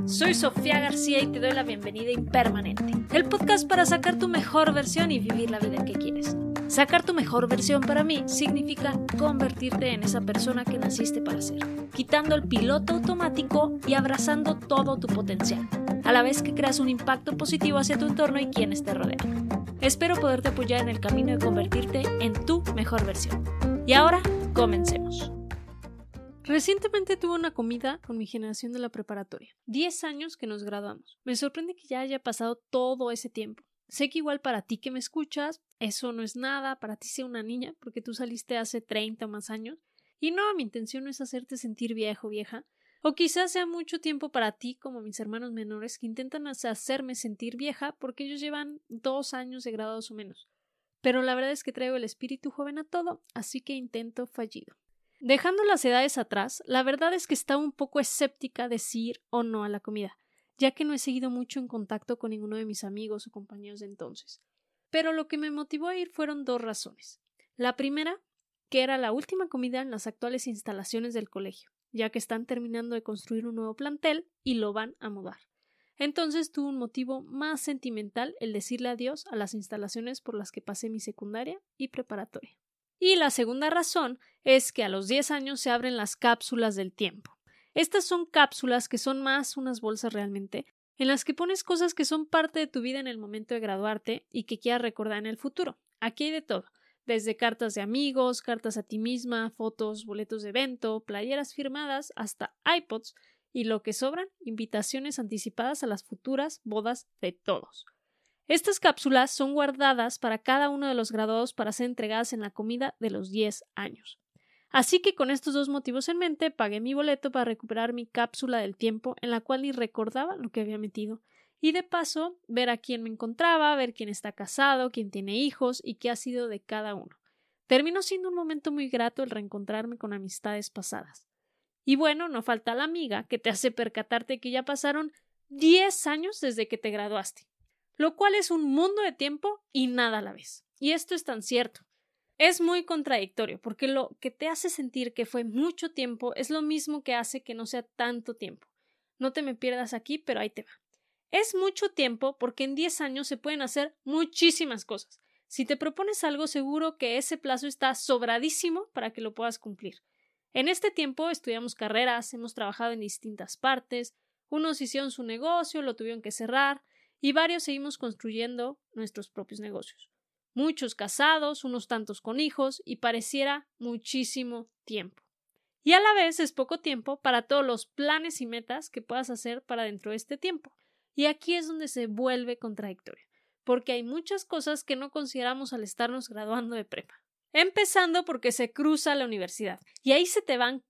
Soy Sofía García y te doy la bienvenida a Impermanente, el podcast para sacar tu mejor versión y vivir la vida que quieres. Sacar tu mejor versión para mí significa convertirte en esa persona que naciste para ser, quitando el piloto automático y abrazando todo tu potencial, a la vez que creas un impacto positivo hacia tu entorno y quienes te rodean. Espero poderte apoyar en el camino de convertirte en tu mejor versión. Y ahora, comencemos. Recientemente tuve una comida con mi generación de la preparatoria. 10 años que nos graduamos. Me sorprende que ya haya pasado todo ese tiempo. Sé que igual para ti que me escuchas, eso no es nada, para ti sea una niña, porque tú saliste hace 30 o más años. Y no, mi intención no es hacerte sentir viejo o vieja. O quizás sea mucho tiempo para ti, como mis hermanos menores, que intentan hacerme sentir vieja porque ellos llevan 2 años de graduados o menos. Pero la verdad es que traigo el espíritu joven a todo, así que intento fallido. Dejando las edades atrás, la verdad es que estaba un poco escéptica de si ir o no a la comida, ya que no he seguido mucho en contacto con ninguno de mis amigos o compañeros de entonces. Pero lo que me motivó a ir fueron 2 razones. La primera, que era la última comida en las actuales instalaciones del colegio, ya que están terminando de construir un nuevo plantel y lo van a mudar. Entonces tuvo un motivo más sentimental el decirle adiós a las instalaciones por las que pasé mi secundaria y preparatoria. Y la segunda razón es que a los 10 años se abren las cápsulas del tiempo. Estas son cápsulas que son más unas bolsas realmente, en las que pones cosas que son parte de tu vida en el momento de graduarte y que quieras recordar en el futuro. Aquí hay de todo, desde cartas de amigos, cartas a ti misma, fotos, boletos de evento, playeras firmadas, hasta iPods y lo que sobran, invitaciones anticipadas a las futuras bodas de todos. Estas cápsulas son guardadas para cada uno de los graduados para ser entregadas en la comida de los 10 años. Así que con estos 2 motivos en mente, pagué mi boleto para recuperar mi cápsula del tiempo en la cual ni recordaba lo que había metido. Y de paso, ver a quién me encontraba, ver quién está casado, quién tiene hijos y qué ha sido de cada uno. Terminó siendo un momento muy grato el reencontrarme con amistades pasadas. Y bueno, no falta la amiga que te hace percatarte que ya pasaron 10 años desde que te graduaste. Lo cual es un mundo de tiempo y nada a la vez. Y esto es tan cierto. Es muy contradictorio, porque lo que te hace sentir que fue mucho tiempo es lo mismo que hace que no sea tanto tiempo. No te me pierdas aquí, pero ahí te va. Es mucho tiempo porque en 10 años se pueden hacer muchísimas cosas. Si te propones algo, seguro que ese plazo está sobradísimo para que lo puedas cumplir. En este tiempo estudiamos carreras, hemos trabajado en distintas partes, unos hicieron su negocio, lo tuvieron que cerrar, y varios seguimos construyendo nuestros propios negocios. Muchos casados, unos tantos con hijos, y pareciera muchísimo tiempo. Y a la vez es poco tiempo para todos los planes y metas que puedas hacer para dentro de este tiempo. Y aquí es donde se vuelve contradictorio, porque hay muchas cosas que no consideramos al estarnos graduando de prepa. Empezando porque se cruza la universidad, y ahí se te van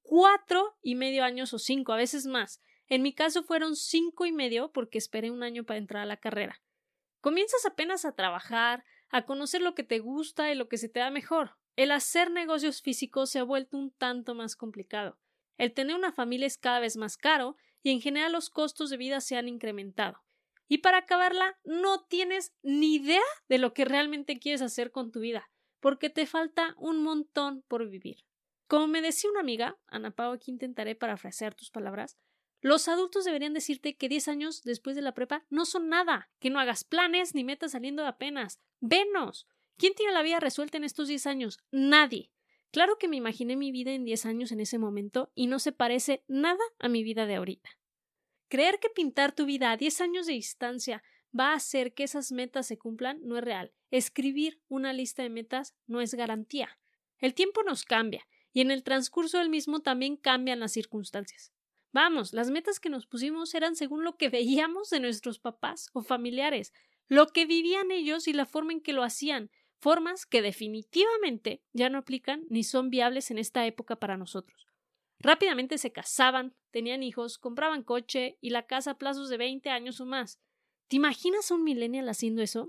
4,5 años o 5, a veces más. En mi caso fueron 5,5 porque esperé un año para entrar a la carrera. Comienzas apenas a trabajar, a conocer lo que te gusta y lo que se te da mejor. El hacer negocios físicos se ha vuelto un tanto más complicado. El tener una familia es cada vez más caro y en general los costos de vida se han incrementado. Y para acabarla, no tienes ni idea de lo que realmente quieres hacer con tu vida, porque te falta un montón por vivir. Como me decía una amiga, Ana Pau, aquí intentaré parafrasear tus palabras, los adultos deberían decirte que 10 años después de la prepa no son nada, que no hagas planes ni metas saliendo de apenas. ¡Venos! ¿Quién tiene la vida resuelta en estos 10 años? Nadie. Claro que me imaginé mi vida en 10 años en ese momento y no se parece nada a mi vida de ahorita. Creer que pintar tu vida a 10 años de distancia va a hacer que esas metas se cumplan no es real. Escribir una lista de metas no es garantía. El tiempo nos cambia y en el transcurso del mismo también cambian las circunstancias. Vamos, las metas que nos pusimos eran según lo que veíamos de nuestros papás o familiares, lo que vivían ellos y la forma en que lo hacían, formas que definitivamente ya no aplican ni son viables en esta época para nosotros. Rápidamente se casaban, tenían hijos, compraban coche y la casa a plazos de 20 años o más. ¿Te imaginas a un millennial haciendo eso?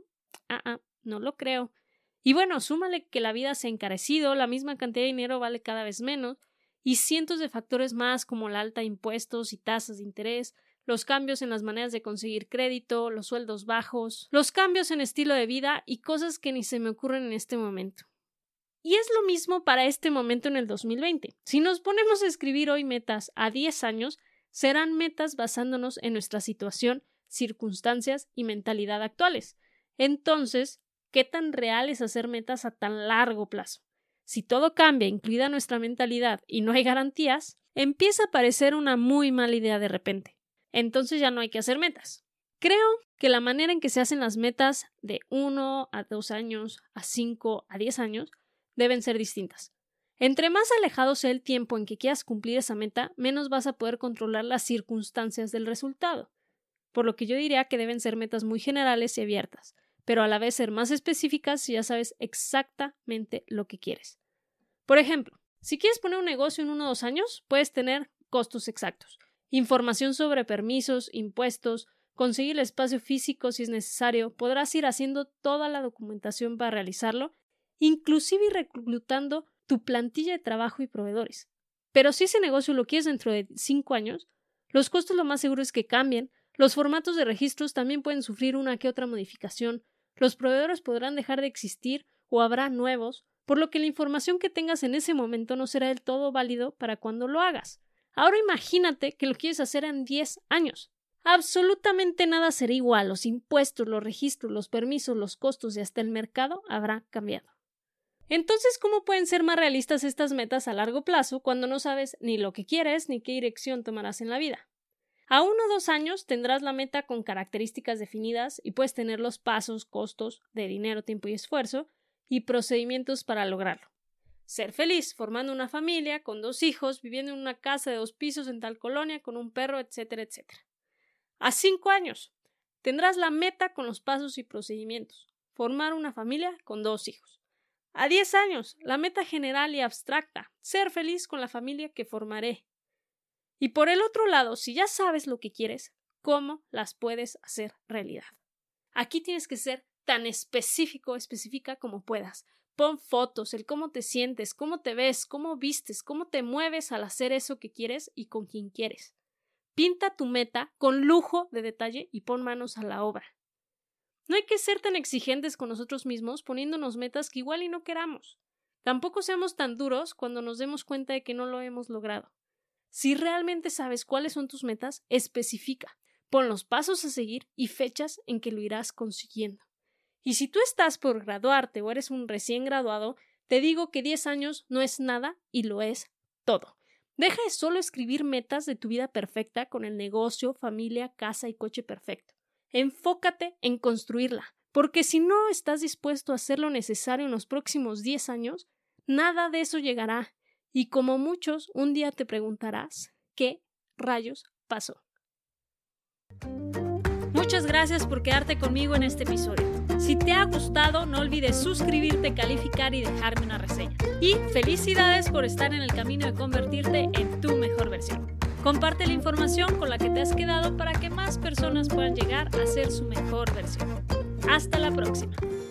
No lo creo. Y bueno, súmale que la vida se ha encarecido, la misma cantidad de dinero vale cada vez menos, y cientos de factores más como la alta de impuestos y tasas de interés, los cambios en las maneras de conseguir crédito, los sueldos bajos, los cambios en estilo de vida y cosas que ni se me ocurren en este momento. Y es lo mismo para este momento en el 2020. Si nos ponemos a escribir hoy metas a 10 años, serán metas basándonos en nuestra situación, circunstancias y mentalidad actuales. Entonces, ¿qué tan real es hacer metas a tan largo plazo? Si todo cambia, incluida nuestra mentalidad, y no hay garantías, empieza a parecer una muy mala idea de repente. Entonces ya no hay que hacer metas. Creo que la manera en que se hacen las metas de 1 a 2 años, a 5, a 10 años, deben ser distintas. Entre más alejado sea el tiempo en que quieras cumplir esa meta, menos vas a poder controlar las circunstancias del resultado. Por lo que yo diría que deben ser metas muy generales y abiertas, pero a la vez ser más específicas si ya sabes exactamente lo que quieres. Por ejemplo, si quieres poner un negocio en 1 o 2 años, puedes tener costos exactos, información sobre permisos, impuestos, conseguir el espacio físico si es necesario, podrás ir haciendo toda la documentación para realizarlo, inclusive ir reclutando tu plantilla de trabajo y proveedores. Pero si ese negocio lo quieres dentro de 5 años, los costos lo más seguro es que cambien, los formatos de registros también pueden sufrir una que otra modificación, los proveedores podrán dejar de existir o habrá nuevos, por lo que la información que tengas en ese momento no será del todo válido para cuando lo hagas. Ahora imagínate que lo quieres hacer en 10 años. Absolutamente nada será igual, los impuestos, los registros, los permisos, los costos y hasta el mercado habrá cambiado. Entonces, ¿cómo pueden ser más realistas estas metas a largo plazo cuando no sabes ni lo que quieres ni qué dirección tomarás en la vida? A 1 o 2 años tendrás la meta con características definidas y puedes tener los pasos, costos de dinero, tiempo y esfuerzo y procedimientos para lograrlo. Ser feliz formando una familia, con 2 hijos, viviendo en una casa de 2 pisos en tal colonia, con un perro, etcétera, etcétera. A 5 años tendrás la meta con los pasos y procedimientos. Formar una familia con 2 hijos. A 10 años, la meta general y abstracta. Ser feliz con la familia que formaré. Y por el otro lado, si ya sabes lo que quieres, ¿cómo las puedes hacer realidad? Aquí tienes que ser tan específica como puedas. Pon fotos, el cómo te sientes, cómo te ves, cómo vistes, cómo te mueves al hacer eso que quieres y con quien quieres. Pinta tu meta con lujo de detalle y pon manos a la obra. No hay que ser tan exigentes con nosotros mismos poniéndonos metas que igual y no queramos. Tampoco seamos tan duros cuando nos demos cuenta de que no lo hemos logrado. Si realmente sabes cuáles son tus metas, especifica. Pon los pasos a seguir y fechas en que lo irás consiguiendo. Y si tú estás por graduarte o eres un recién graduado, te digo que 10 años no es nada y lo es todo. Deja de solo escribir metas de tu vida perfecta con el negocio, familia, casa y coche perfecto. Enfócate en construirla, porque si no estás dispuesto a hacer lo necesario en los próximos 10 años, nada de eso llegará. Y como muchos, un día te preguntarás, ¿qué rayos pasó? Muchas gracias por quedarte conmigo en este episodio. Si te ha gustado, no olvides suscribirte, calificar y dejarme una reseña. Y felicidades por estar en el camino de convertirte en tu mejor versión. Comparte la información con la que te has quedado para que más personas puedan llegar a ser su mejor versión. Hasta la próxima.